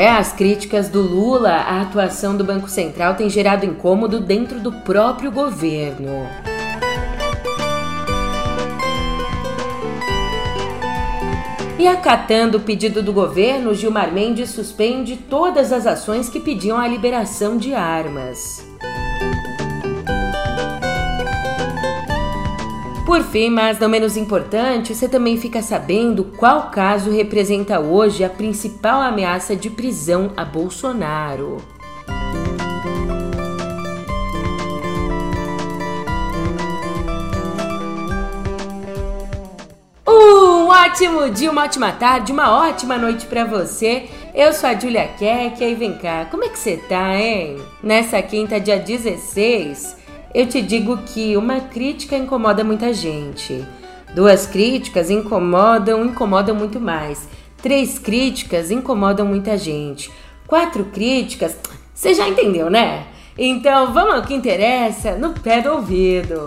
As críticas do Lula à atuação do Banco Central têm gerado incômodo dentro do próprio governo. E acatando o pedido do governo, Gilmar Mendes suspende todas as ações que pediam a liberação de armas. Por fim, mas não menos importante, você também fica sabendo qual caso representa hoje a principal ameaça de prisão a Bolsonaro. Um ótimo dia, uma ótima tarde, uma ótima noite pra você. Eu sou a Julia Keck e vem cá, como é que você tá, hein? Nessa quinta, dia 16, eu te digo que uma crítica incomoda muita gente. 2 críticas incomodam muito mais. 3 críticas incomodam muita gente. 4 críticas, você já entendeu, né? Então vamos ao que interessa, no pé do ouvido.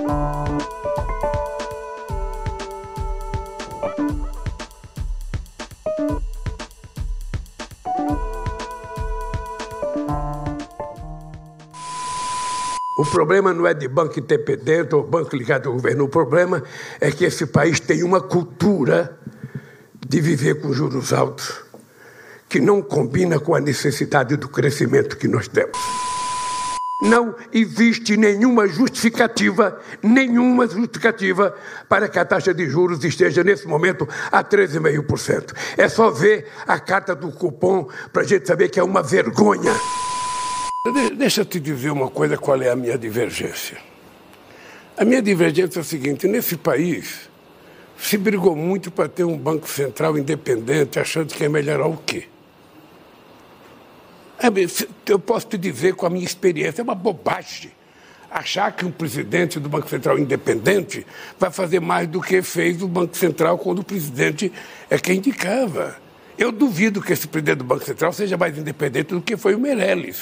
O problema não é de banco independente ou banco ligado ao governo. O problema é que esse país tem uma cultura de viver com juros altos que não combina com a necessidade do crescimento que nós temos. Não existe nenhuma justificativa para que a taxa de juros esteja, nesse momento, a 13,5%. É só ver a carta do cupom para a gente saber que é uma vergonha. Deixa eu te dizer uma coisa, qual é a minha divergência. A minha divergência é a seguinte: nesse país se brigou muito para ter um banco central independente, achando que ia melhorar o quê? Eu posso te dizer com a minha experiência, é uma bobagem achar que um presidente do Banco Central independente vai fazer mais do que fez o Banco Central quando o presidente é quem indicava. Eu duvido que esse presidente do Banco Central seja mais independente do que foi o Meirelles.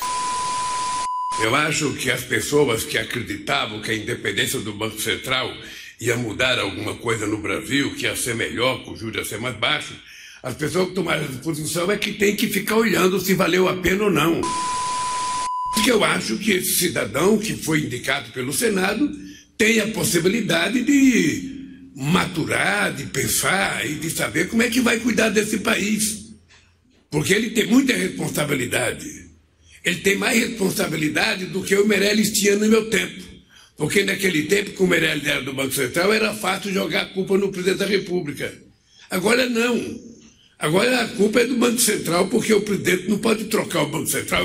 Eu acho que as pessoas que acreditavam que a independência do Banco Central ia mudar alguma coisa no Brasil, que ia ser melhor, que o juros ia ser mais baixo, as pessoas que tomaram essa posição é que tem que ficar olhando se valeu a pena ou não. Porque eu acho que esse cidadão que foi indicado pelo Senado tem a possibilidade de maturar, de pensar e de saber como é que vai cuidar desse país. Porque ele tem muita responsabilidade. Ele tem mais responsabilidade do que o Meirelles tinha no meu tempo. Porque naquele tempo que o Meirelles era do Banco Central, era fácil jogar a culpa no presidente da República. Agora não. Agora a culpa é do Banco Central, porque o presidente não pode trocar o Banco Central.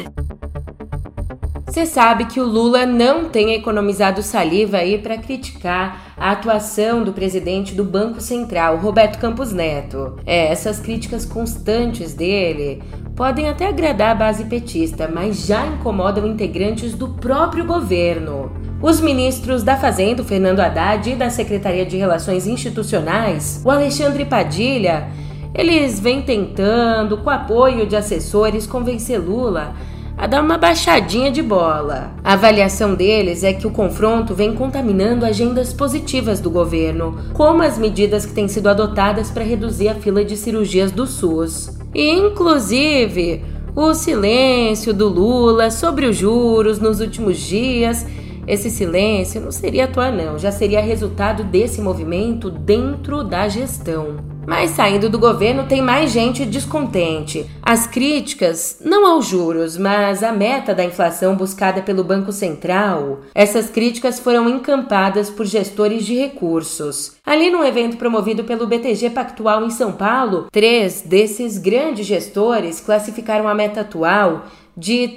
Você sabe que o Lula não tem economizado saliva aí para criticar a atuação do presidente do Banco Central, Roberto Campos Neto. Essas críticas constantes dele podem até agradar a base petista, mas já incomodam integrantes do próprio governo. Os ministros da Fazenda, o Fernando Haddad, e da Secretaria de Relações Institucionais, o Alexandre Padilha, eles vêm tentando, com apoio de assessores, convencer Lula a dar uma baixadinha de bola. A avaliação deles é que o confronto vem contaminando agendas positivas do governo, como as medidas que têm sido adotadas para reduzir a fila de cirurgias do SUS. E, inclusive, o silêncio do Lula sobre os juros nos últimos dias. Esse silêncio não seria à toa não, já seria resultado desse movimento dentro da gestão. Mas saindo do governo tem mais gente descontente. As críticas, não aos juros, mas à meta da inflação buscada pelo Banco Central, essas críticas foram encampadas por gestores de recursos. Ali num evento promovido pelo BTG Pactual em São Paulo, 3 desses grandes gestores classificaram a meta atual de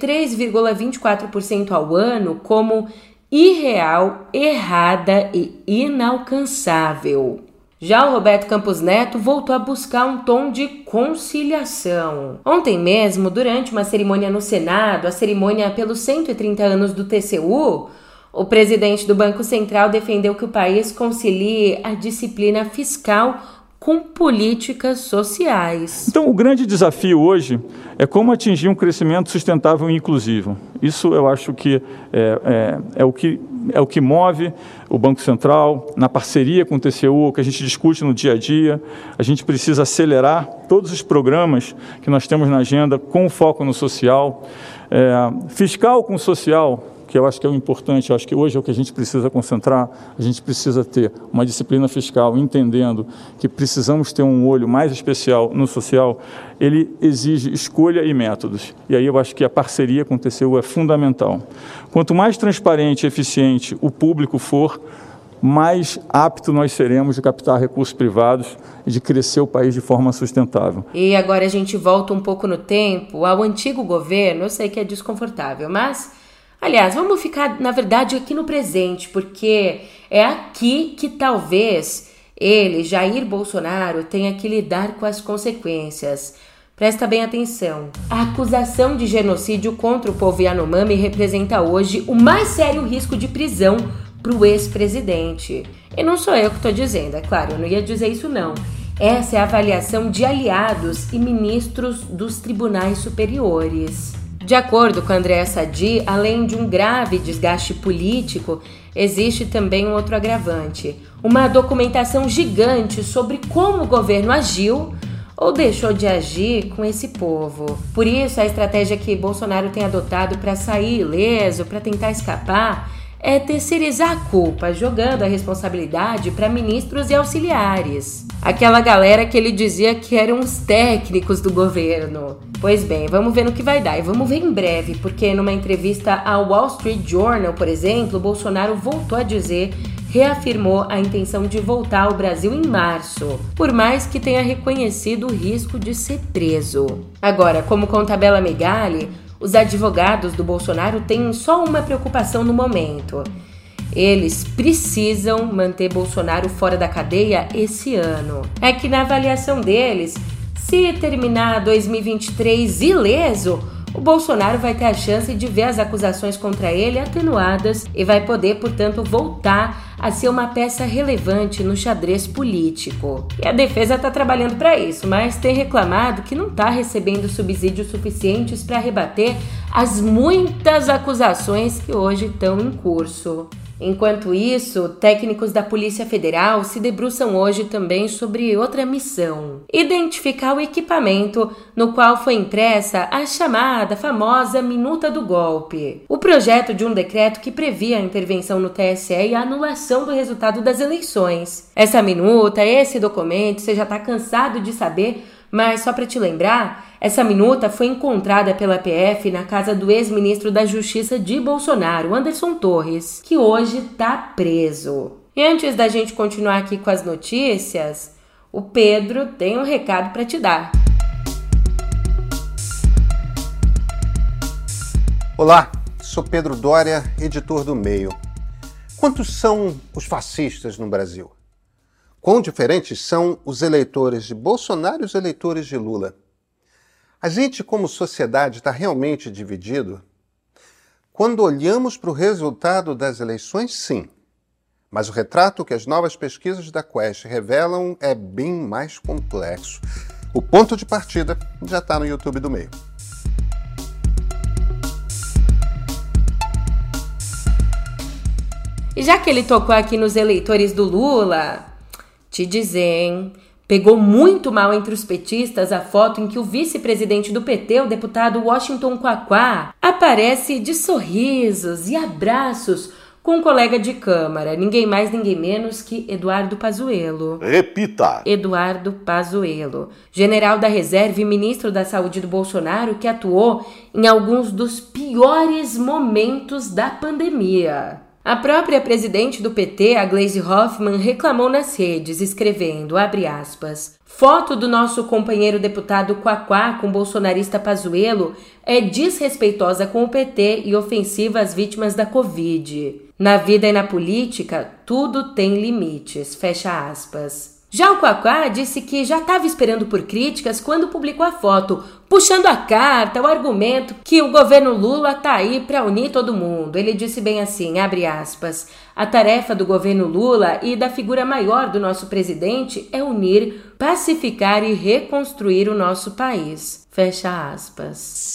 3,24% ao ano como irreal, errada e inalcançável. Já o Roberto Campos Neto voltou a buscar um tom de conciliação. Ontem mesmo, durante uma cerimônia no Senado, a cerimônia pelos 130 anos do TCU, o presidente do Banco Central defendeu que o país concilie a disciplina fiscal com políticas sociais. Então, o grande desafio hoje é como atingir um crescimento sustentável e inclusivo. Isso eu acho que é o que move o Banco Central, na parceria com o TCU, que a gente discute no dia a dia. A gente precisa acelerar todos os programas que nós temos na agenda com foco no social, fiscal com social, que eu acho que é o importante. Eu acho que hoje é o que a gente precisa concentrar. A gente precisa ter uma disciplina fiscal, entendendo que precisamos ter um olho mais especial no social. Ele exige escolha e métodos. E aí eu acho que a parceria com o TCU é fundamental. Quanto mais transparente e eficiente o público for, mais apto nós seremos de captar recursos privados e de crescer o país de forma sustentável. E agora a gente volta um pouco no tempo ao antigo governo. Eu sei que é desconfortável, mas... aliás, vamos ficar, na verdade, aqui no presente, porque é aqui que talvez ele, Jair Bolsonaro, tenha que lidar com as consequências. Presta bem atenção. A acusação de genocídio contra o povo Yanomami representa hoje o mais sério risco de prisão para o ex-presidente. E não sou eu que estou dizendo, é claro, eu não ia dizer isso não. Essa é a avaliação de aliados e ministros dos tribunais superiores. De acordo com Andréa Sadi, além de um grave desgaste político, existe também um outro agravante: uma documentação gigante sobre como o governo agiu ou deixou de agir com esse povo. Por isso, a estratégia que Bolsonaro tem adotado para sair ileso, para tentar escapar, é terceirizar a culpa, jogando a responsabilidade para ministros e auxiliares. Aquela galera que ele dizia que eram os técnicos do governo. Pois bem, vamos ver no que vai dar, e vamos ver em breve, porque numa entrevista ao Wall Street Journal, por exemplo, Bolsonaro voltou a dizer, reafirmou a intenção de voltar ao Brasil em março, por mais que tenha reconhecido o risco de ser preso. Agora, como conta a Bela Megali, os advogados do Bolsonaro têm só uma preocupação no momento. Eles precisam manter Bolsonaro fora da cadeia esse ano. É que na avaliação deles, se terminar 2023 ileso, o Bolsonaro vai ter a chance de ver as acusações contra ele atenuadas e vai poder, portanto, voltar a ser uma peça relevante no xadrez político. E a defesa está trabalhando para isso, mas tem reclamado que não está recebendo subsídios suficientes para rebater as muitas acusações que hoje estão em curso. Enquanto isso, técnicos da Polícia Federal se debruçam hoje também sobre outra missão: identificar o equipamento no qual foi impressa a chamada famosa Minuta do Golpe, o projeto de um decreto que previa a intervenção no TSE e a anulação do resultado das eleições. Essa minuta, esse documento, você já está cansado de saber, mas só para te lembrar, essa minuta foi encontrada pela PF na casa do ex-ministro da Justiça de Bolsonaro, Anderson Torres, que hoje está preso. E antes da gente continuar aqui com as notícias, o Pedro tem um recado para te dar. Olá, sou Pedro Doria, editor do Meio. Quantos são os fascistas no Brasil? Quão diferentes são os eleitores de Bolsonaro e os eleitores de Lula? A gente, como sociedade, está realmente dividido? Quando olhamos para o resultado das eleições, sim. Mas o retrato que as novas pesquisas da Quest revelam é bem mais complexo. O ponto de partida já está no YouTube do Meio. E já que ele tocou aqui nos eleitores do Lula, te dizer, hein? Pegou muito mal entre os petistas a foto em que o vice-presidente do PT, o deputado Washington Quaquá, aparece de sorrisos e abraços com um colega de Câmara, ninguém mais, ninguém menos que Eduardo Pazuello. Repita! Eduardo Pazuello, general da reserva e ministro da Saúde do Bolsonaro, que atuou em alguns dos piores momentos da pandemia. A própria presidente do PT, a Gleisi Hoffmann, reclamou nas redes, escrevendo, abre aspas, foto do nosso companheiro deputado Quaquá com o bolsonarista Pazuello é desrespeitosa com o PT e ofensiva às vítimas da Covid. Na vida e na política, tudo tem limites, fecha aspas. Já o Quaquá disse que já estava esperando por críticas quando publicou a foto, puxando a carta, o argumento que o governo Lula tá aí para unir todo mundo. Ele disse bem assim, abre aspas, a tarefa do governo Lula e da figura maior do nosso presidente é unir, pacificar e reconstruir o nosso país. Fecha aspas.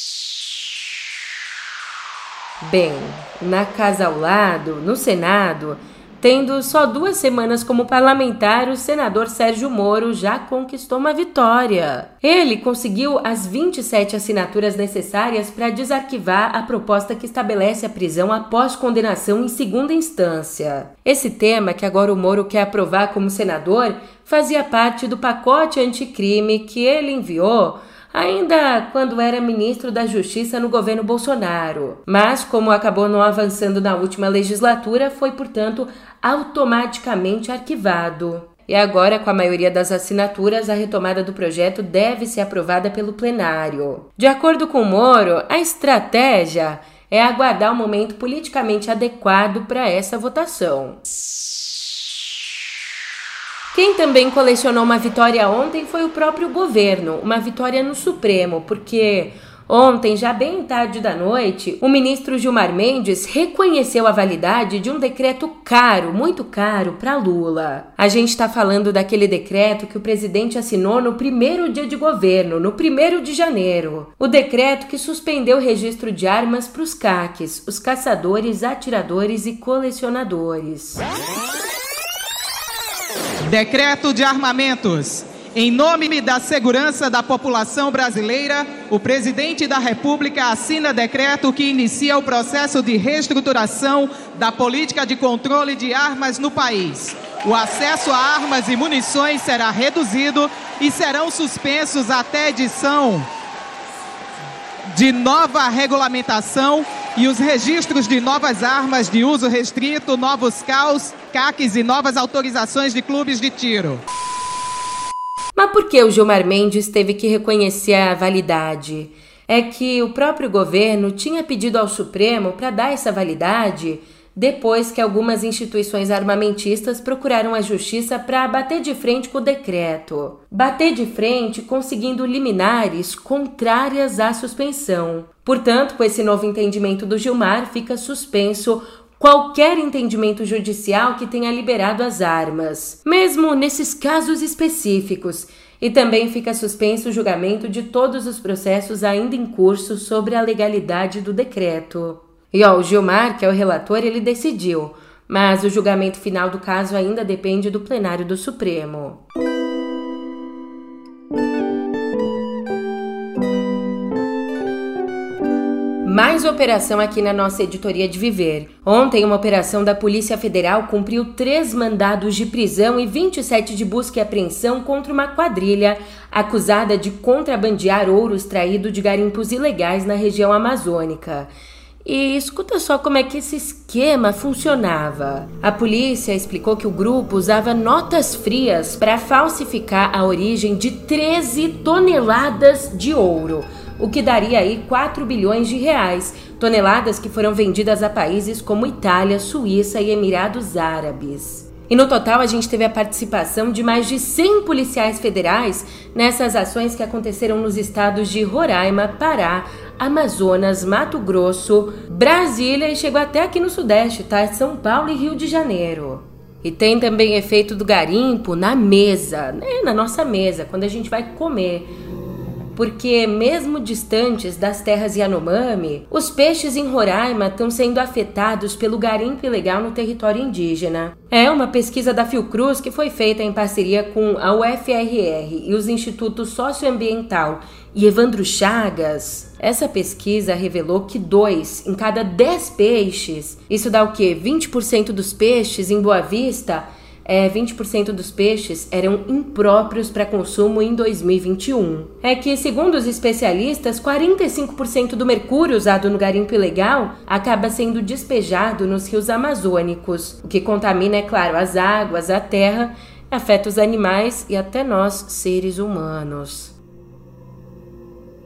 Bem, na casa ao lado, no Senado, tendo só 2 semanas como parlamentar, o senador Sérgio Moro já conquistou uma vitória. Ele conseguiu as 27 assinaturas necessárias para desarquivar a proposta que estabelece a prisão após condenação em segunda instância. Esse tema, que agora o Moro quer aprovar como senador, fazia parte do pacote anticrime que ele enviou ainda quando era ministro da Justiça no governo Bolsonaro. Mas, como acabou não avançando na última legislatura, foi, portanto, automaticamente arquivado. E agora, com a maioria das assinaturas, a retomada do projeto deve ser aprovada pelo plenário. De acordo com Moro, a estratégia é aguardar o momento politicamente adequado para essa votação. Quem também colecionou uma vitória ontem foi o próprio governo, uma vitória no Supremo, porque ontem, já bem tarde da noite, o ministro Gilmar Mendes reconheceu a validade de um decreto caro, muito caro, para Lula. A gente está falando daquele decreto que o presidente assinou no primeiro dia de governo, no 1º de janeiro. O decreto que suspendeu o registro de armas para os CACs, os caçadores, atiradores e colecionadores. Decreto de armamentos. Em nome da segurança da população brasileira, o presidente da República assina decreto que inicia o processo de reestruturação da política de controle de armas no país. O acesso a armas e munições será reduzido e serão suspensos até a edição de nova regulamentação e os registros de novas armas de uso restrito, novos CACs e novas autorizações de clubes de tiro. Mas por que o Gilmar Mendes teve que reconhecer a validade? É que o próprio governo tinha pedido ao Supremo para dar essa validade depois que algumas instituições armamentistas procuraram a justiça para bater de frente com o decreto. Bater de frente conseguindo liminares contrárias à suspensão. Portanto, com esse novo entendimento do Gilmar, fica suspenso qualquer entendimento judicial que tenha liberado as armas, mesmo nesses casos específicos. E também fica suspenso o julgamento de todos os processos ainda em curso sobre a legalidade do decreto. E o Gilmar, que é o relator, ele decidiu, mas o julgamento final do caso ainda depende do plenário do Supremo. Mais operação aqui na nossa editoria de Viver. Ontem, uma operação da Polícia Federal cumpriu 3 mandados de prisão e 27 de busca e apreensão contra uma quadrilha acusada de contrabandear ouro extraído de garimpos ilegais na região amazônica. E escuta só como é que esse esquema funcionava. A polícia explicou que o grupo usava notas frias para falsificar a origem de 13 toneladas de ouro, o que daria aí 4 bilhões de reais, toneladas que foram vendidas a países como Itália, Suíça e Emirados Árabes. E no total a gente teve a participação de mais de 100 policiais federais nessas ações que aconteceram nos estados de Roraima, Pará, Amazonas, Mato Grosso, Brasília e chegou até aqui no Sudeste, tá? São Paulo e Rio de Janeiro. E tem também efeito do garimpo na mesa, né? Na nossa mesa, quando a gente vai comer. Porque mesmo distantes das terras Yanomami, os peixes em Roraima estão sendo afetados pelo garimpo ilegal no território indígena. É uma pesquisa da Fiocruz que foi feita em parceria com a UFRR e os Institutos Socioambiental e Evandro Chagas. Essa pesquisa revelou que 2 em cada 10 peixes, isso dá o quê? 20% dos peixes em Boa Vista, 20% dos peixes eram impróprios para consumo em 2021. É que, segundo os especialistas, 45% do mercúrio usado no garimpo ilegal acaba sendo despejado nos rios amazônicos, o que contamina, é claro, as águas, a terra, afeta os animais e até nós, seres humanos.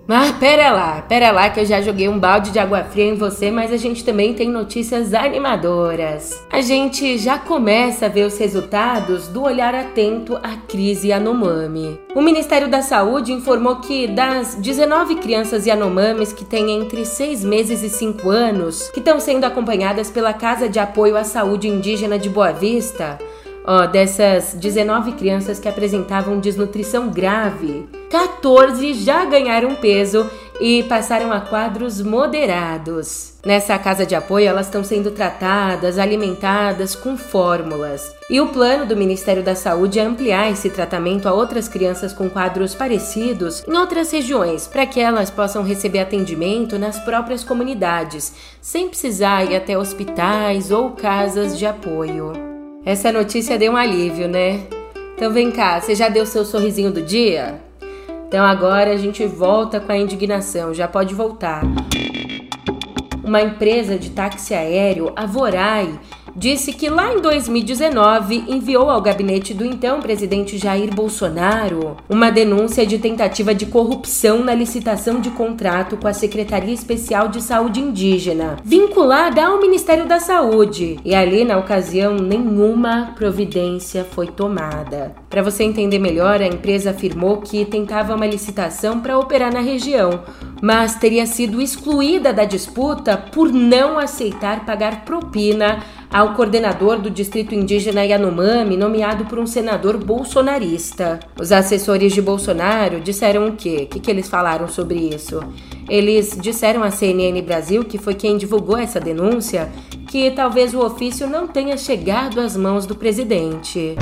Mas pera lá que eu já joguei um balde de água fria em você, mas a gente também tem notícias animadoras. A gente já começa a ver os resultados do olhar atento à crise Yanomami. O Ministério da Saúde informou que das 19 crianças Yanomamis que têm entre 6 meses e 5 anos, que estão sendo acompanhadas pela Casa de Apoio à Saúde Indígena de Boa Vista, dessas 19 crianças que apresentavam desnutrição grave, 14 já ganharam peso e passaram a quadros moderados. Nessa casa de apoio, elas estão sendo tratadas, alimentadas com fórmulas. E o plano do Ministério da Saúde é ampliar esse tratamento a outras crianças com quadros parecidos em outras regiões, para que elas possam receber atendimento nas próprias comunidades, sem precisar ir até hospitais ou casas de apoio. Essa notícia deu um alívio, né? Então vem cá, você já deu seu sorrisinho do dia? Então agora a gente volta com a indignação, já pode voltar. Uma empresa de táxi aéreo, a Vorai, disse que lá em 2019 enviou ao gabinete do então presidente Jair Bolsonaro uma denúncia de tentativa de corrupção na licitação de contrato com a Secretaria Especial de Saúde Indígena, vinculada ao Ministério da Saúde. E ali, na ocasião, nenhuma providência foi tomada. Para você entender melhor, a empresa afirmou que tentava uma licitação para operar na região, mas teria sido excluída da disputa por não aceitar pagar propina ao coordenador do distrito indígena Yanomami, nomeado por um senador bolsonarista. Os assessores de Bolsonaro disseram o quê? O que eles falaram sobre isso? Eles disseram à CNN Brasil, que foi quem divulgou essa denúncia, que talvez o ofício não tenha chegado às mãos do presidente.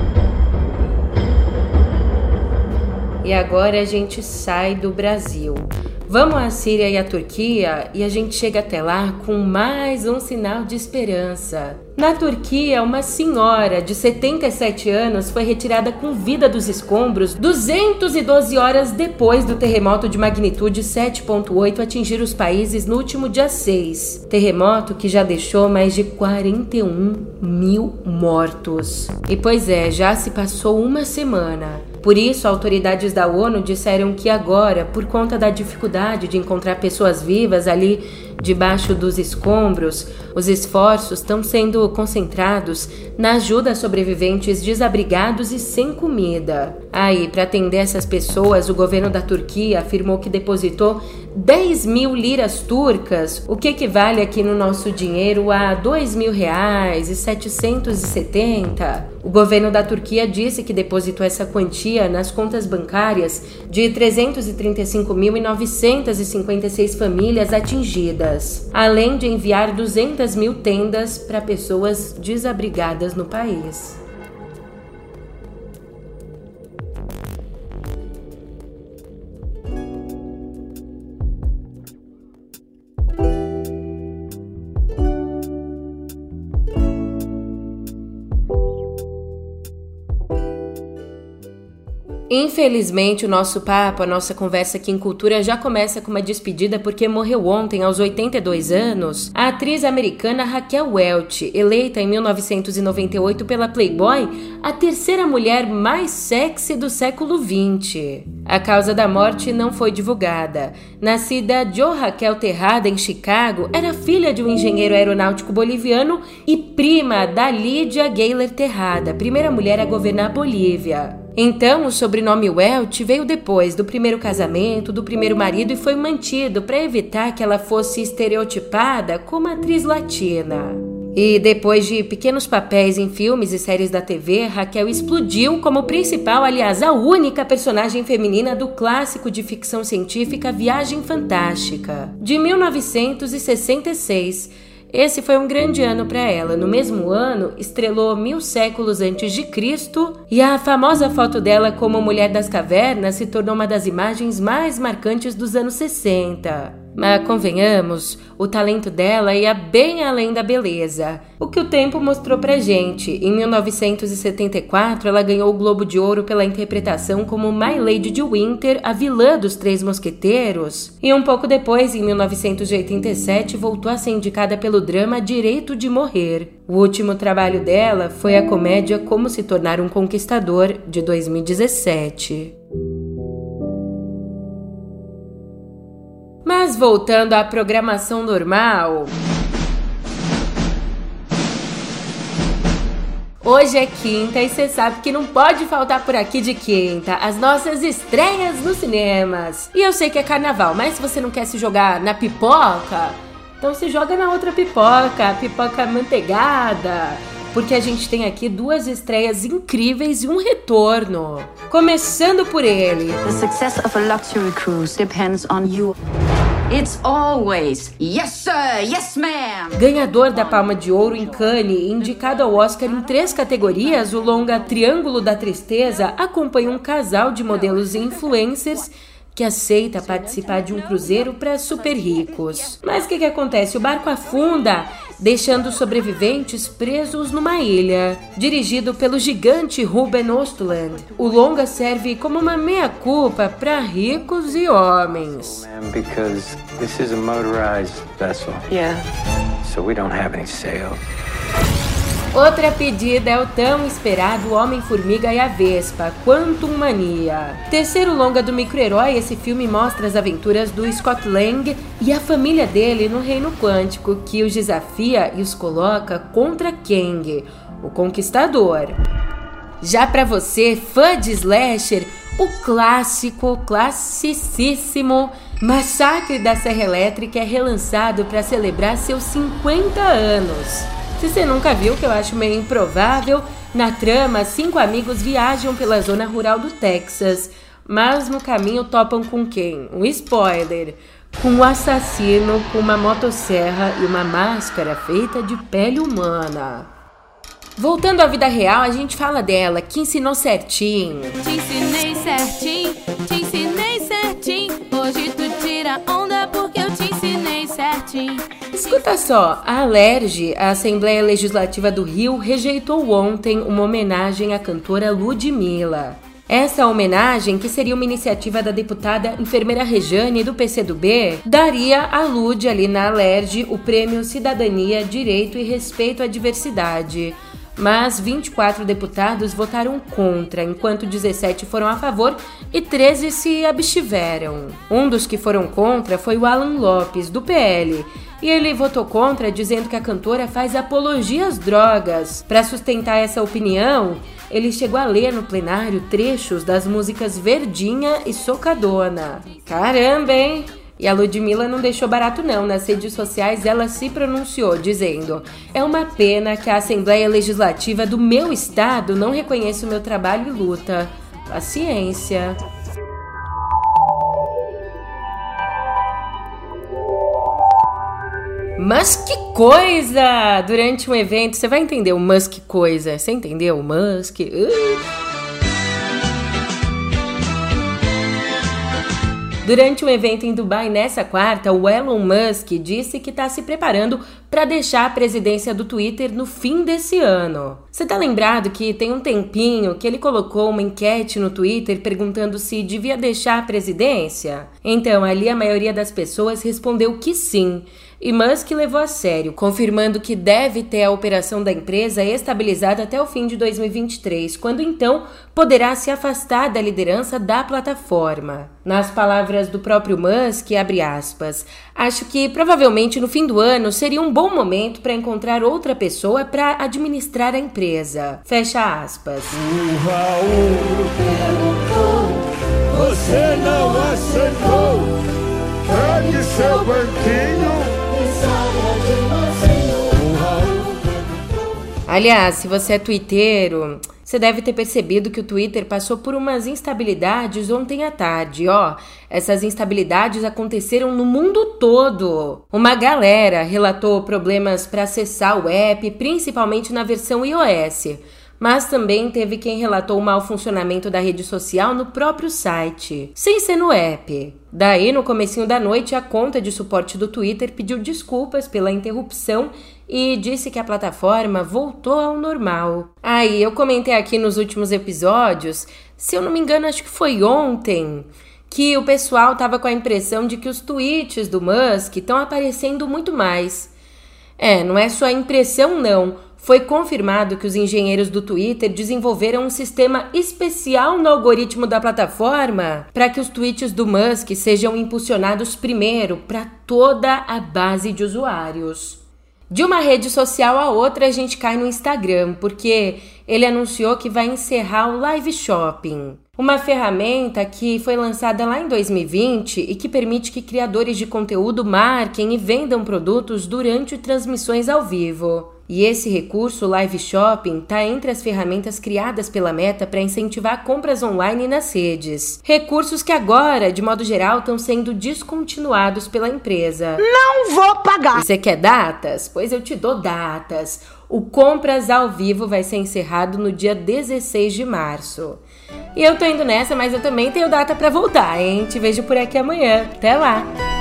E agora a gente sai do Brasil. Vamos à Síria e à Turquia e a gente chega até lá com mais um sinal de esperança. Na Turquia, uma senhora de 77 anos foi retirada com vida dos escombros 212 horas depois do terremoto de magnitude 7,8 atingir os países no último dia 6. Terremoto que já deixou mais de 41 mil mortos. E pois é, já se passou uma semana. Por isso, autoridades da ONU disseram que agora, por conta da dificuldade de encontrar pessoas vivas ali debaixo dos escombros, os esforços estão sendo concentrados na ajuda a sobreviventes desabrigados e sem comida. Aí, para atender essas pessoas, o governo da Turquia afirmou que depositou 10 mil liras turcas, o que equivale aqui no nosso dinheiro a R$2.770. O governo da Turquia disse que depositou essa quantia nas contas bancárias de 335.956 famílias atingidas, além de enviar 200 mil tendas para pessoas desabrigadas no país. Infelizmente, o nosso papo, a nossa conversa aqui em Cultura já começa com uma despedida porque morreu ontem, aos 82 anos, a atriz americana Raquel Welch, eleita em 1998 pela Playboy a terceira mulher mais sexy do século XX. A causa da morte não foi divulgada. Nascida Joe Raquel Terrada, em Chicago, era filha de um engenheiro aeronáutico boliviano e prima da Lídia Gayler Terrada, primeira mulher a governar a Bolívia. Então, o sobrenome Welch veio depois do primeiro casamento, do primeiro marido e foi mantido para evitar que ela fosse estereotipada como atriz latina. E depois de pequenos papéis em filmes e séries da TV, Raquel explodiu como principal, aliás, a única personagem feminina do clássico de ficção científica Viagem Fantástica, de 1966. Esse foi um grande ano para ela. No mesmo ano, estrelou 1000 séculos antes de Cristo e a famosa foto dela como Mulher das Cavernas se tornou uma das imagens mais marcantes dos anos 60. Mas convenhamos, o talento dela ia bem além da beleza. O que o tempo mostrou pra gente. Em 1974, ela ganhou o Globo de Ouro pela interpretação como My Lady de Winter, a vilã dos Três Mosqueteiros. E um pouco depois, em 1987, voltou a ser indicada pelo drama Direito de Morrer. O último trabalho dela foi a comédia Como se Tornar um Conquistador, de 2017. voltando à programação normal. Hoje é quinta e você sabe que não pode faltar por aqui de quinta as nossas estreias nos cinemas. E eu sei que é carnaval, mas se você não quer se jogar na pipoca, então se joga na outra pipoca, a pipoca manteigada. Porque a gente tem aqui 2 estreias incríveis e um retorno. Começando por ele. The success of a luxury cruise depends on you. It's always yes sir, yes ma'am. Ganhador da Palma de Ouro em Cannes e indicado ao Oscar em 3 categorias, o longa Triângulo da Tristeza acompanha um casal de modelos e influencers que aceita participar de um cruzeiro para super ricos. Mas o que acontece? O barco afunda, deixando os sobreviventes presos numa ilha. Dirigido pelo gigante Ruben Östlund, o longa serve como uma meia-culpa para ricos e homens. Because this is a motorized vessel. Yeah. So we don't have any sails. Outra pedida é o tão esperado Homem-Formiga e a Vespa, Quantum Mania. Terceiro longa do micro-herói, esse filme mostra as aventuras do Scott Lang e a família dele no reino quântico, que os desafia e os coloca contra Kang, o Conquistador. Já pra você, fã de slasher, o classicíssimo Massacre da Serra Elétrica é relançado para celebrar seus 50 anos. Se você nunca viu, que eu acho meio improvável, na trama, 5 amigos viajam pela zona rural do Texas, mas no caminho topam com quem? Um spoiler! Com um assassino com uma motosserra e uma máscara feita de pele humana. Voltando à vida real, a gente fala dela, que ensinou certinho. Te ensinei certinho, hoje tu tira onda porque eu te ensinei certinho. Escuta só, a Alerj, a Assembleia Legislativa do Rio, rejeitou ontem uma homenagem à cantora Ludmilla. Essa homenagem, que seria uma iniciativa da deputada enfermeira Rejane do PCdoB, daria à Lud ali na Alerj o prêmio Cidadania, Direito e Respeito à Diversidade. Mas 24 deputados votaram contra, enquanto 17 foram a favor e 13 se abstiveram. Um dos que foram contra foi o Alan Lopes, do PL, e ele votou contra dizendo que a cantora faz apologia às drogas. Para sustentar essa opinião, ele chegou a ler no plenário trechos das músicas Verdinha e Socadona. Caramba, hein? E a Ludmilla não deixou barato não, nas redes sociais ela se pronunciou, dizendo: é uma pena que a Assembleia Legislativa do meu estado não reconheça o meu trabalho e luta. Paciência. Mas que coisa! Durante um evento, você vai entender o mas que coisa. Você entendeu? O mas que... Durante um evento em Dubai nessa quarta, o Elon Musk disse que está se preparando para deixar a presidência do Twitter no fim desse ano. Você tá lembrado que tem um tempinho que ele colocou uma enquete no Twitter perguntando se devia deixar a presidência? Então, ali a maioria das pessoas respondeu que sim. E Musk levou a sério, confirmando que deve ter a operação da empresa estabilizada até o fim de 2023, quando então poderá se afastar da liderança da plataforma. Nas palavras do próprio Musk, abre aspas, acho que provavelmente no fim do ano seria um bom momento para encontrar outra pessoa para administrar a empresa. Fecha aspas. O Raul perguntou, você não aceitou, pegue seu banquinho. Aliás, se você é twitteiro, você deve ter percebido que o Twitter passou por umas instabilidades ontem à tarde, ó. Essas instabilidades aconteceram no mundo todo. Uma galera relatou problemas para acessar o app, principalmente na versão iOS. Mas também teve quem relatou o mau funcionamento da rede social no próprio site, sem ser no app. Daí, no comecinho da noite, a conta de suporte do Twitter pediu desculpas pela interrupção e disse que a plataforma voltou ao normal. Aí, eu comentei aqui nos últimos episódios, se eu não me engano, acho que foi ontem, que o pessoal tava com a impressão de que os tweets do Musk estão aparecendo muito mais. Não é só a impressão não. foi confirmado que os engenheiros do Twitter desenvolveram um sistema especial no algoritmo da plataforma para que os tweets do Musk sejam impulsionados primeiro para toda a base de usuários. De uma rede social a outra, a gente cai no Instagram, porque ele anunciou que vai encerrar o Live Shopping, uma ferramenta que foi lançada lá em 2020 e que permite que criadores de conteúdo marquem e vendam produtos durante transmissões ao vivo. E esse recurso, o Live Shopping, está entre as ferramentas criadas pela Meta para incentivar compras online nas redes. Recursos que agora, de modo geral, estão sendo descontinuados pela empresa. Não vou pagar! Você quer datas? Pois eu te dou datas. O Compras ao Vivo vai ser encerrado no dia 16 de março. E eu tô indo nessa, mas eu também tenho data para voltar, hein? Te vejo por aqui amanhã. Até lá!